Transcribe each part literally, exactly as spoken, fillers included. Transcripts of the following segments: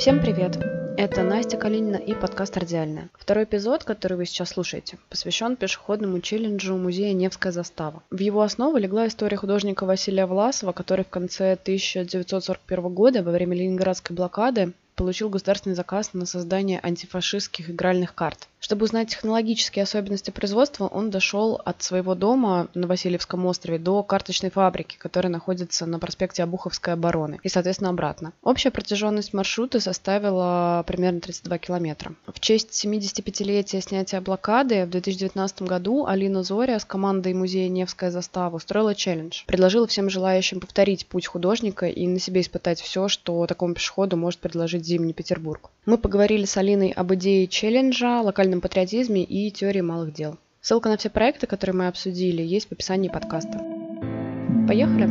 Всем привет! Это Настя Калинина и подкаст «Радиальная». Второй эпизод, который вы сейчас слушаете, посвящен пешеходному челленджу музея «Невская застава». В его основу легла история художника Василия Власова, который в конце тысяча девятьсот сорок первого года во время Ленинградской блокады получил государственный заказ на создание антифашистских игральных карт. Чтобы узнать технологические особенности производства, он дошел от своего дома на Васильевском острове до карточной фабрики, которая находится на проспекте Обуховской обороны, и, соответственно, обратно. Общая протяженность маршрута составила примерно тридцать два километра. В честь семидесятипятилетия снятия блокады в две тысячи девятнадцатом году Алина Зоря с командой музея «Невская застава» устроила челлендж. Предложила всем желающим повторить путь художника и на себе испытать все, что такому пешеходу может предложить Зимний Петербург. Мы поговорили с Алиной об идее челленджа, локальном патриотизме и теории малых дел. Ссылка на все проекты, которые мы обсудили, есть в описании подкаста. Поехали!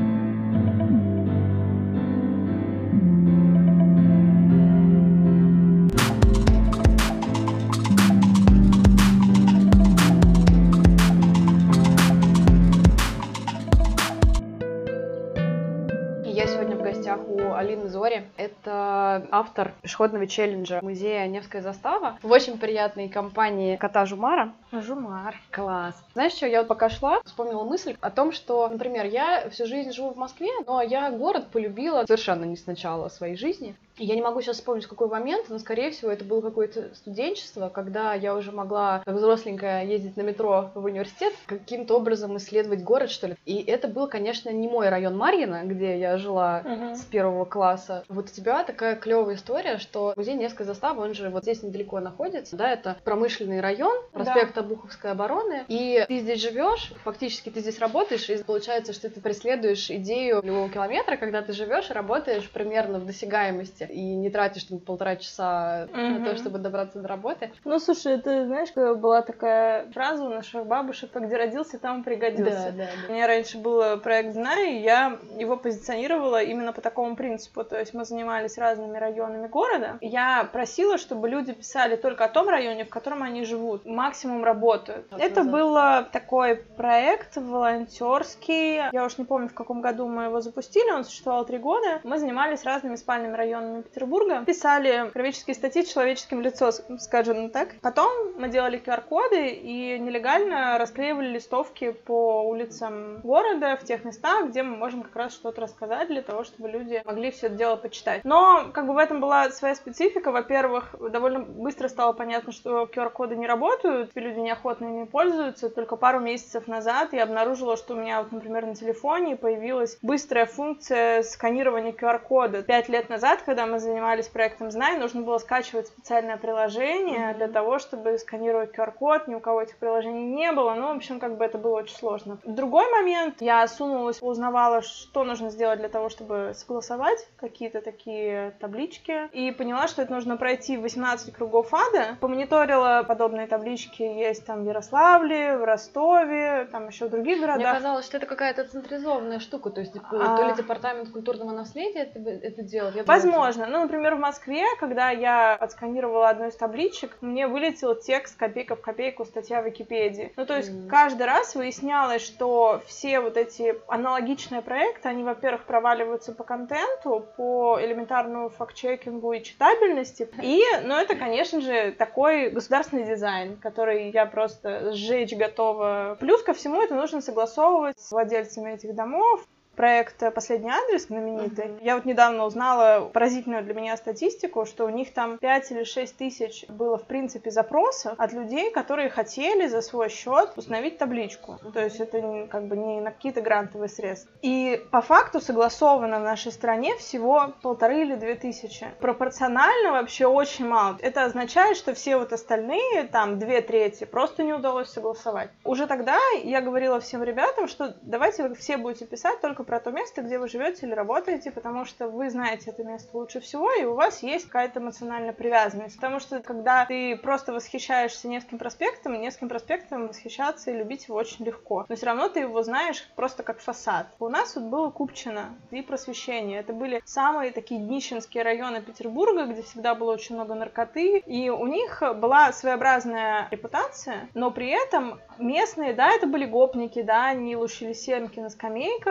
Я сегодня в гостях у Алины Зори. Это автор пешеходного челленджа музея «Невская застава» в очень приятной компании кота Жумара. Жумар. Класс. Знаешь что, я вот пока шла, вспомнила мысль о том, что, например, я всю жизнь живу в Москве, но я город полюбила совершенно не с начала своей жизни. Я не могу сейчас вспомнить, в какой момент, но, скорее всего, это было какое-то студенчество, когда я уже могла, как взросленькая, ездить на метро в университет, каким-то образом исследовать город, что ли. И это был, конечно, не мой район Марьино, где я жила uh-huh. с первого класса. Вот у тебя такая клевая история, что музей Невской заставы, он же вот здесь недалеко находится, да, это промышленный район, проспект да. Обуховской обороны, и ты здесь живешь, фактически ты здесь работаешь, и получается, что ты преследуешь идею любого километра, когда ты живешь и работаешь примерно в досягаемости, и не тратишь там полтора часа mm-hmm. на то, чтобы добраться до работы. Ну, слушай, ты знаешь, была такая фраза у наших бабушек: где родился, там пригодился. Да, да, да. У меня раньше был проект «Знай», и я его позиционировала именно по такому принципу. То есть мы занимались разными районами города. Я просила, чтобы люди писали только о том районе, в котором они живут, максимум работают. Вот Это назад. был такой проект волонтерский. Я уж не помню, в каком году мы его запустили. Он существовал три года. Мы занимались разными спальными районами Петербурга. Писали графические статьи с человеческим лицом, скажем так. Потом мы делали ку ар-коды и нелегально расклеивали листовки по улицам города в тех местах, где мы можем как раз что-то рассказать для того, чтобы люди могли все это дело почитать. Но как бы в этом была своя специфика. Во-первых, довольно быстро стало понятно, что ку ар-коды не работают, и люди неохотно ими пользуются. Только пару месяцев назад я обнаружила, что у меня, вот, например, на телефоне появилась быстрая функция сканирования ку ар-кода. Пять лет назад, когда мы занимались проектом «Знай», нужно было скачивать специальное приложение mm-hmm. для того, чтобы сканировать ку ар-код. Ни у кого этих приложений не было. Ну, в общем, как бы это было очень сложно. В другой момент я сунулась, узнавала, что нужно сделать для того, чтобы согласовать какие-то такие таблички. И поняла, что это нужно пройти восемнадцать кругов ада. Помониторила подобные таблички. Есть там в Ярославле, в Ростове, там еще в других городах. Мне казалось, что это какая-то централизованная штука. То есть а... то ли департамент культурного наследия это, это делает. Я Возможно. Ну, например, в Москве, когда я отсканировала одну из табличек, мне вылетел текст копейка в копейку, статья в Википедии. Ну, то есть mm. каждый раз выяснялось, что все вот эти аналогичные проекты, они, во-первых, проваливаются по контенту, по элементарному факт-чекингу и читабельности. И, ну, это, конечно же, такой государственный дизайн, который я просто сжечь готова. Плюс ко всему это нужно согласовывать с владельцами этих домов. Проект «Последний адрес» знаменитый. Uh-huh. Я вот недавно узнала поразительную для меня статистику, что у них там пять или шесть тысяч было, в принципе, запросов от людей, которые хотели за свой счет установить табличку. Uh-huh. То есть это как бы не на какие-то грантовые средства. И по факту согласовано в нашей стране всего полторы или две тысячи. Пропорционально вообще очень мало. Это означает, что все вот остальные, там, две трети, просто не удалось согласовать. Уже тогда я говорила всем ребятам, что давайте вы все будете писать только про то место, где вы живете или работаете, потому что вы знаете это место лучше всего, и у вас есть какая-то эмоциональная привязанность. Потому что когда ты просто восхищаешься Невским проспектом, Невским проспектом восхищаться и любить его очень легко. Но все равно ты его знаешь просто как фасад. У нас вот было Купчино и Просвещение. Это были самые такие днищенские районы Петербурга, где всегда было очень много наркоты, и у них была своеобразная репутация, но при этом местные, да, это были гопники, да, они лущили семки на скамейках,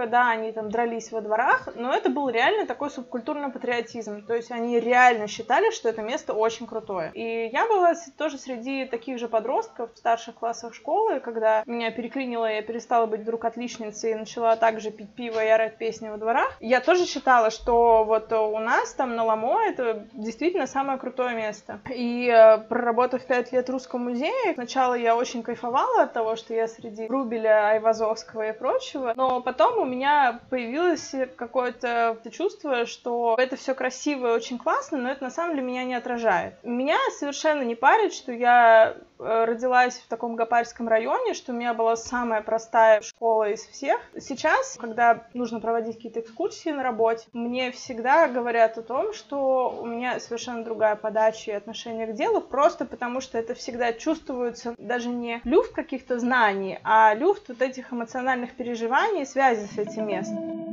да, они там дрались во дворах, но это был реально такой субкультурный патриотизм. То есть они реально считали, что это место очень крутое. И я была тоже среди таких же подростков в старших классах школы, когда меня переклинило, я перестала быть вдруг отличницей и начала также пить пиво и орать песни во дворах. Я тоже считала, что вот у нас там на Ламо это действительно самое крутое место. И э, проработав пять лет в Русском музее, сначала я очень кайфовала от того, что я среди Врубеля, Айвазовского и прочего, но потом у меня появилось какое-то чувство, что это все красиво и очень классно, но это на самом деле меня не отражает. Меня совершенно не парит, что я родилась в таком гопарском районе, что у меня была самая простая школа из всех. Сейчас, когда нужно проводить какие-то экскурсии на работе, мне всегда говорят о том, что у меня совершенно другая подача и отношение к делу, просто потому что это всегда чувствуется даже не люфт каких-то знаний, а люфт вот этих эмоциональных переживаний и связи с этим местом.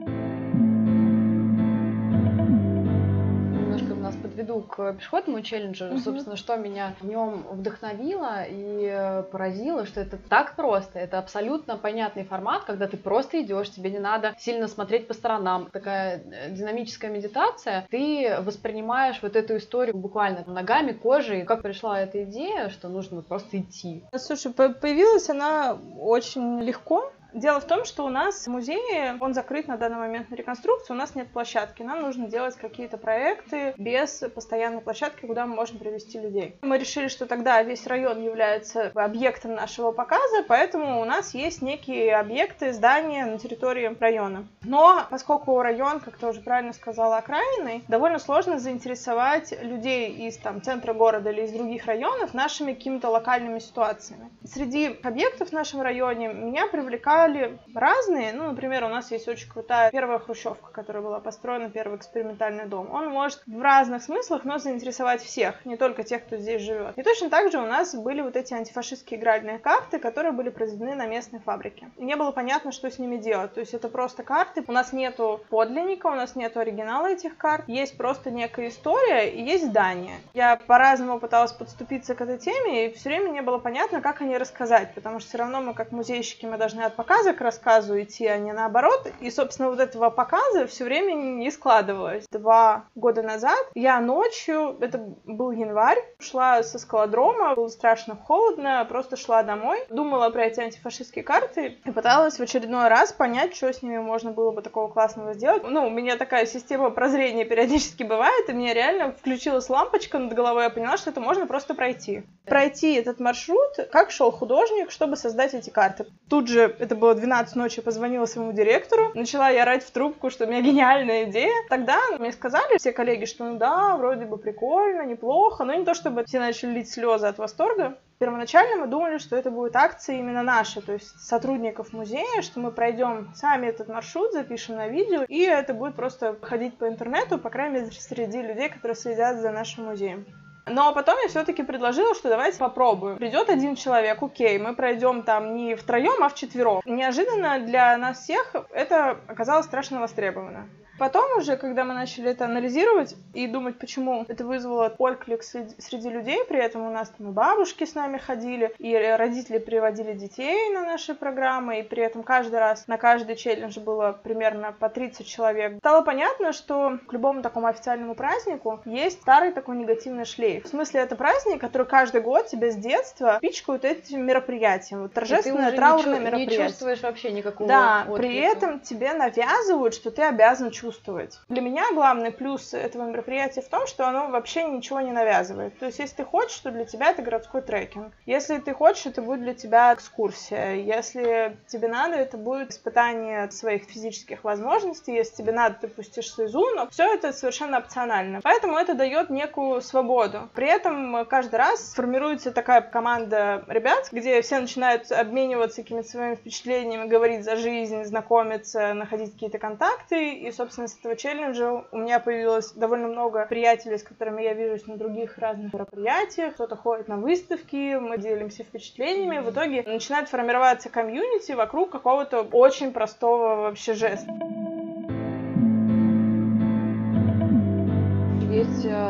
Подведу к пешеходному челленджу, mm-hmm. собственно, что меня в нем вдохновило и поразило, что это так просто, это абсолютно понятный формат, когда ты просто идешь, тебе не надо сильно смотреть по сторонам, такая динамическая медитация, ты воспринимаешь вот эту историю буквально ногами, кожей. Как пришла эта идея, что нужно просто идти? Слушай, появилась она очень легко. Дело в том, что у нас в музее, он закрыт на данный момент на реконструкцию, у нас нет площадки, нам нужно делать какие-то проекты без постоянной площадки, куда мы можем привести людей. Мы решили, что тогда весь район является объектом нашего показа, поэтому у нас есть некие объекты, здания на территории района. Но поскольку район, как ты уже правильно сказала, окраинный, довольно сложно заинтересовать людей из там, центра города или из других районов нашими какими-то локальными ситуациями. Среди объектов в нашем районе меня привлекают разные. Ну, например, у нас есть очень крутая первая хрущевка, которая была построена, первый экспериментальный дом. Он может в разных смыслах, но заинтересовать всех, не только тех, кто здесь живет. И точно так же у нас были вот эти антифашистские игральные карты, которые были произведены на местной фабрике. И не было понятно, что с ними делать. То есть это просто карты. У нас нету подлинника, у нас нету оригинала этих карт. Есть просто некая история и есть здание. Я по-разному пыталась подступиться к этой теме, и все время не было понятно, как о ней рассказать, потому что все равно мы, как музейщики, мы должны от показа к рассказу идти, а не наоборот. И, собственно, вот этого показа все время не складывалось. Два года назад я ночью, это был январь, шла со скалодрома, было страшно холодно, просто шла домой, думала про эти антифашистские карты и пыталась в очередной раз понять, что с ними можно было бы такого классного сделать. Ну, у меня такая система прозрения периодически бывает, и мне реально включилась лампочка над головой, я поняла, что это можно просто пройти. Пройти этот маршрут, как шел художник, чтобы создать эти карты. Тут же, это было двенадцать ночи, позвонила своему директору, начала я орать в трубку, что у меня гениальная идея. Тогда мне сказали все коллеги, что ну да, вроде бы прикольно, неплохо, но не то, чтобы все начали лить слезы от восторга. Первоначально мы думали, что это будет акция именно наша, то есть сотрудников музея, что мы пройдем сами этот маршрут, запишем на видео, и это будет просто ходить по интернету, по крайней мере, среди людей, которые следят за нашим музеем. Но потом я все-таки предложила, что давайте попробуем. Придет один человек, окей, мы пройдем там не втроем, а вчетвером. Неожиданно для нас всех это оказалось страшно востребовано. Потом уже, когда мы начали это анализировать и думать, почему это вызвало отклик среди людей, при этом у нас там и бабушки с нами ходили, и родители приводили детей на наши программы, и при этом каждый раз на каждый челлендж было примерно по тридцать человек, стало понятно, что к любому такому официальному празднику есть старый такой негативный шлейф. В смысле, это праздник, который каждый год тебе с детства пичкают этим мероприятием. Вот торжественное траурное не мероприятие. Не чувствуешь вообще никакого Да, отклика. При этом тебе навязывают, что ты обязан чувствовать. чувствовать. Для меня главный плюс этого мероприятия в том, что оно вообще ничего не навязывает. То есть, если ты хочешь, то для тебя это городской трекинг. Если ты хочешь, это будет для тебя экскурсия. Если тебе надо, это будет испытание своих физических возможностей. Если тебе надо, ты пустишь слезу, но все это совершенно опционально. Поэтому это дает некую свободу. При этом каждый раз формируется такая команда ребят, где все начинают обмениваться какими-то своими впечатлениями, говорить за жизнь, знакомиться, находить какие-то контакты. И, собственно, с этого челленджа у меня появилось довольно много приятелей, с которыми я вижусь на других разных мероприятиях. Кто-то ходит на выставки, мы делимся впечатлениями. В итоге начинает формироваться комьюнити вокруг какого-то очень простого вообще жеста. Есть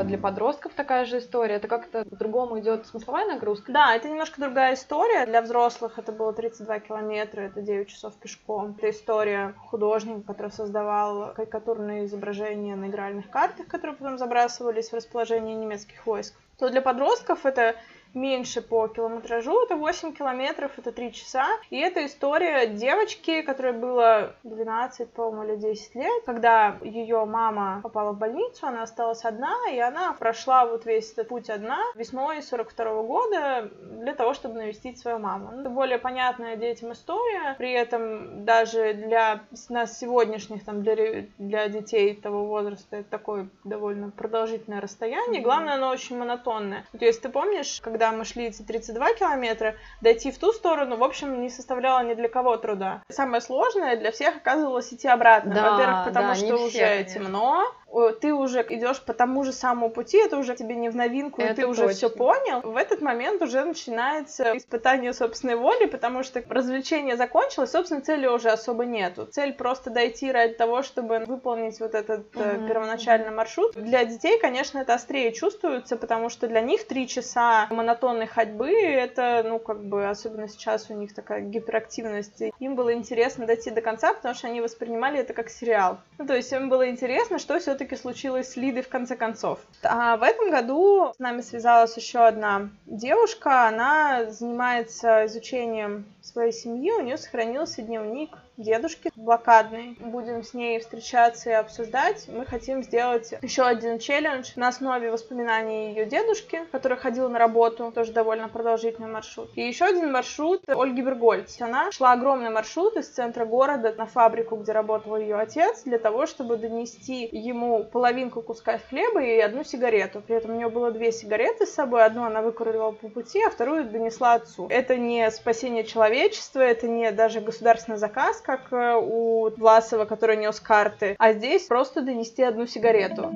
для подростков такая же история? Это как-то по-другому идет смысловая нагрузка? Да, это немножко другая история. Для взрослых это было тридцать два километра, это девять часов пешком. Это история художника, который создавал карикатурные изображения на игральных картах, которые потом забрасывались в расположение немецких войск. То для подростков это меньше по километражу, это восемь километров, это три часа. И это история девочки, которой было двенадцать, по-моему, или десять лет, когда ее мама попала в больницу, она осталась одна, и она прошла вот весь этот путь одна весной сорок второго года для того, чтобы навестить свою маму. Ну, это более понятная детям история, при этом даже для нас сегодняшних, там, для, для детей того возраста, это такое довольно продолжительное расстояние. Mm-hmm. Главное, оно очень монотонное. Вот если ты помнишь, когда мы шли эти тридцать два километра, дойти в ту сторону, в общем, не составляло ни для кого труда. Самое сложное для всех оказывалось идти обратно. Да, Во-первых, потому да, что уже конечно. темно, ты уже идешь по тому же самому пути, это уже тебе не в новинку, Это и ты уже точно. все понял. В этот момент уже начинается испытание собственной воли, потому что развлечение закончилось, собственно, цели уже особо нету. Цель просто дойти ради того, чтобы выполнить вот этот mm-hmm. первоначальный маршрут. Для детей, конечно, это острее чувствуется, потому что для них три часа монотонной ходьбы, это, ну, как бы, особенно сейчас у них такая гиперактивность. Им было интересно дойти до конца, потому что они воспринимали это как сериал. Ну, то есть им было интересно, что все-таки случилось с Лидой в конце концов. А в этом году с нами связалась еще одна девушка, она занимается изучением своей семьи, у нее сохранился дневник дедушки блокадный. Будем с ней встречаться и обсуждать. Мы хотим сделать еще один челлендж на основе воспоминаний ее дедушки, который ходил на работу, тоже довольно продолжительный маршрут. И еще один маршрут Ольги Бергольц. Она шла огромный маршрут из центра города на фабрику, где работал ее отец, для того, чтобы донести ему половинку куска хлеба и одну сигарету. При этом у нее было две сигареты с собой. Одну она выкурила по пути, а вторую донесла отцу. Это не спасение человечества, это не даже государственный заказ, как у Власова, который нес карты, а здесь просто донести одну сигарету.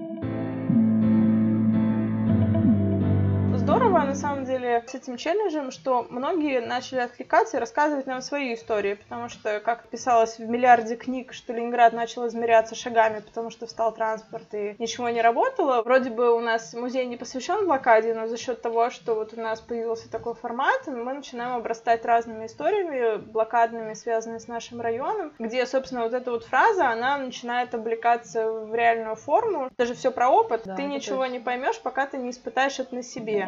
Здорово, на самом деле, с этим челленджем, что многие начали откликаться и рассказывать нам свои истории, потому что, как писалось в миллиарде книг, что Ленинград начал измеряться шагами, потому что встал транспорт и ничего не работало. Вроде бы у нас музей не посвящен блокаде, но за счет того, что вот у нас появился такой формат, мы начинаем обрастать разными историями блокадными, связанными с нашим районом, где, собственно, вот эта вот фраза, она начинает облекаться в реальную форму. Это же все про опыт. Да, ты ничего точно не поймешь, пока ты не испытаешь это на себе.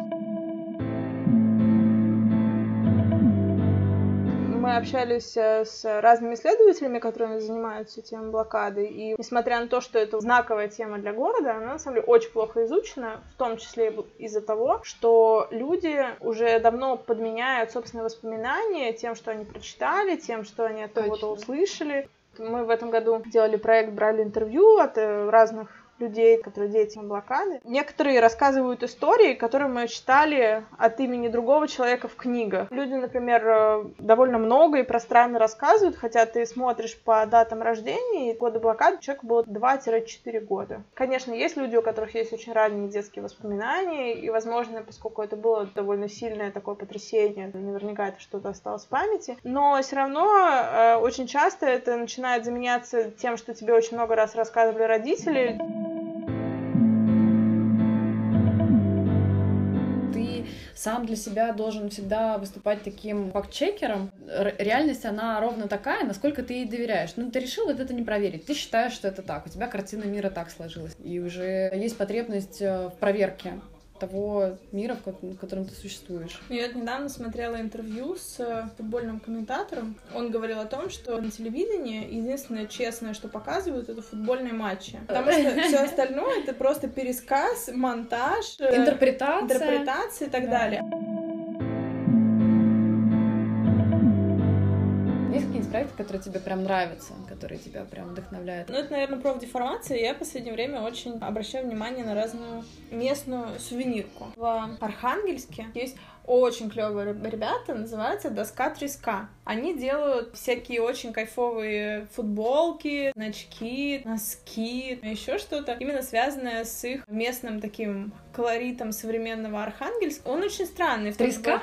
Мы общались с разными исследователями, которые занимаются темой блокады, и несмотря на то, что это знаковая тема для города, она на самом деле очень плохо изучена, в том числе из-за того, что люди уже давно подменяют собственные воспоминания тем, что они прочитали, тем, что они от кого-то услышали. Мы в этом году делали проект, брали интервью от разных людей, которые деятели блокады. Некоторые рассказывают истории, которые мы читали от имени другого человека в книгах. Люди, например, довольно много и пространно рассказывают, хотя ты смотришь по датам рождения, и года блокады человеку было два-четыре года. Конечно, есть люди, у которых есть очень ранние детские воспоминания, и, возможно, поскольку это было довольно сильное такое потрясение, наверняка это что-то осталось в памяти, но все равно э, очень часто это начинает заменяться тем, что тебе очень много раз рассказывали родители. Сам для себя должен всегда выступать таким факт-чекером. Р- реальность, она ровно такая, насколько ты ей доверяешь. Ну, ты решил вот это не проверить. Ты считаешь, что это так. У тебя картина мира так сложилась. И уже есть потребность в проверке того мира, в котором ты существуешь. Я вот недавно смотрела интервью с футбольным комментатором. Он говорил о том, что на телевидении единственное честное, что показывают, это футбольные матчи. Потому что все остальное — это просто пересказ, монтаж, интерпретация, интерпретация и так да. далее. Есть какие-нибудь проекты, которые тебе прям нравятся, которые тебя прям вдохновляют? Ну, это, наверное, профдеформация. Я в последнее время очень обращаю внимание на разную местную сувенирку. В Архангельске есть очень клевые ребята, называются «Доска треска». Они делают всякие очень кайфовые футболки, значки, носки, еще что-то, именно связанное с их местным таким колоритом современного Архангельска. Он очень странный. Треска?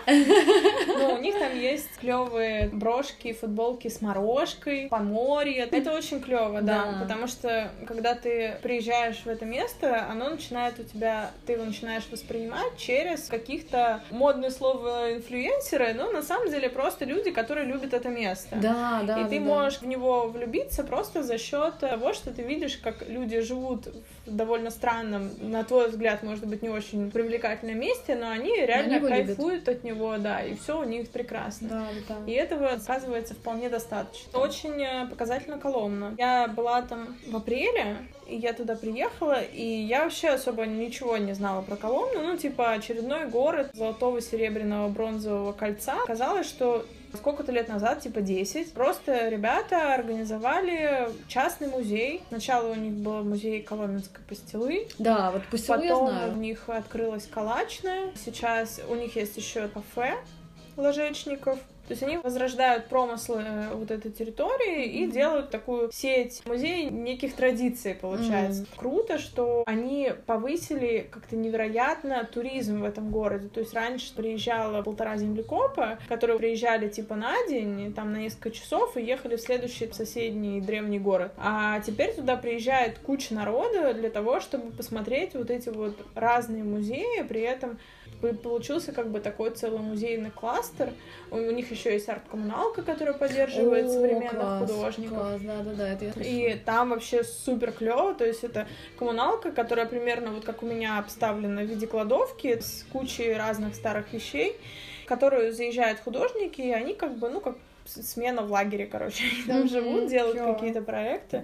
Но у них там есть клевые брошки, футболки с морожкой, поморье. Это очень клево, да. да, потому что когда ты приезжаешь в это место, оно начинает у тебя, ты его начинаешь воспринимать через каких-то, модное слово, инфлюенсеры, но на самом деле просто люди, которые любят это место. Да, да. И да, ты да. можешь в него влюбиться просто за счет того, что ты видишь, как люди живут в довольно странном, на твой взгляд, может быть, не очень привлекательном месте, но они реально они кайфуют от него, да, и все у них прекрасно. Да, да. И этого, оказывается, вполне достаточно. Очень показательно Коломна. Я была там в апреле, и я туда приехала, и я вообще особо ничего не знала про Коломну. Ну, типа, очередной город золотого, серебряного, бронзового кольца. Казалось, что сколько-то лет назад, типа десять, просто ребята организовали частный музей. Сначала у них был музей коломенской пастилы. Да, вот пастилу я Потом знаю. у них открылась калачная. Сейчас у них есть еще кафе ложечников. То есть они возрождают промыслы вот этой территории и mm-hmm. делают такую сеть музеев неких традиций, получается. Mm-hmm. Круто, что они повысили как-то невероятно туризм в этом городе. То есть раньше приезжало полтора землекопа, которые приезжали типа на день, там на несколько часов и ехали в следующий соседний древний город. А теперь туда приезжает куча народа для того, чтобы посмотреть вот эти вот разные музеи, при этом получился как бы такой целый музейный кластер. У, у них еще есть арт-коммуналка, которая поддерживает О, современных класс, художников. Класс, да, да, да, это я слышала. И там вообще супер клево. То есть это коммуналка, которая примерно вот как у меня обставлена в виде кладовки с кучей разных старых вещей, в которую заезжают художники, и они как бы, ну, как смена в лагере, короче. Они там mm-hmm, живут, делают клево. Какие-то проекты.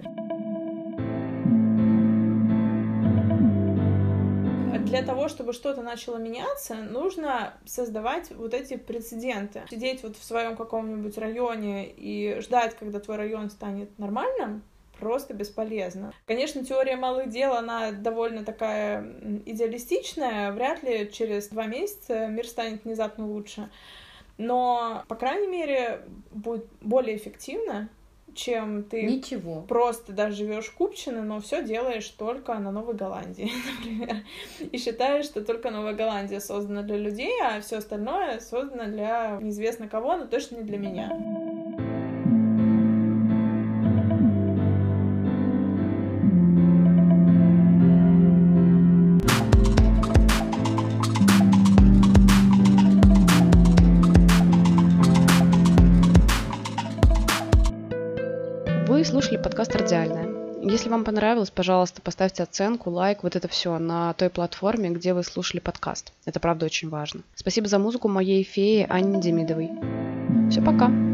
Для того, чтобы что-то начало меняться, нужно создавать вот эти прецеденты. Сидеть вот в своем каком-нибудь районе и ждать, когда твой район станет нормальным, просто бесполезно. Конечно, теория малых дел, она довольно такая идеалистичная. Вряд ли через два месяца мир станет внезапно лучше. Но, по крайней мере, будет более эффективно, чем ты Ничего. просто даже живешь в Купчино, но все делаешь только на Новой Голландии, например. И считаешь, что только Новая Голландия создана для людей, а все остальное создано для неизвестно кого, но точно не для меня. Вы слушали подкаст «Радиальная». Если вам понравилось, пожалуйста, поставьте оценку, лайк, вот это все на той платформе, где вы слушали подкаст. Это правда очень важно. Спасибо за музыку моей феи Анне Демидовой. Все, пока!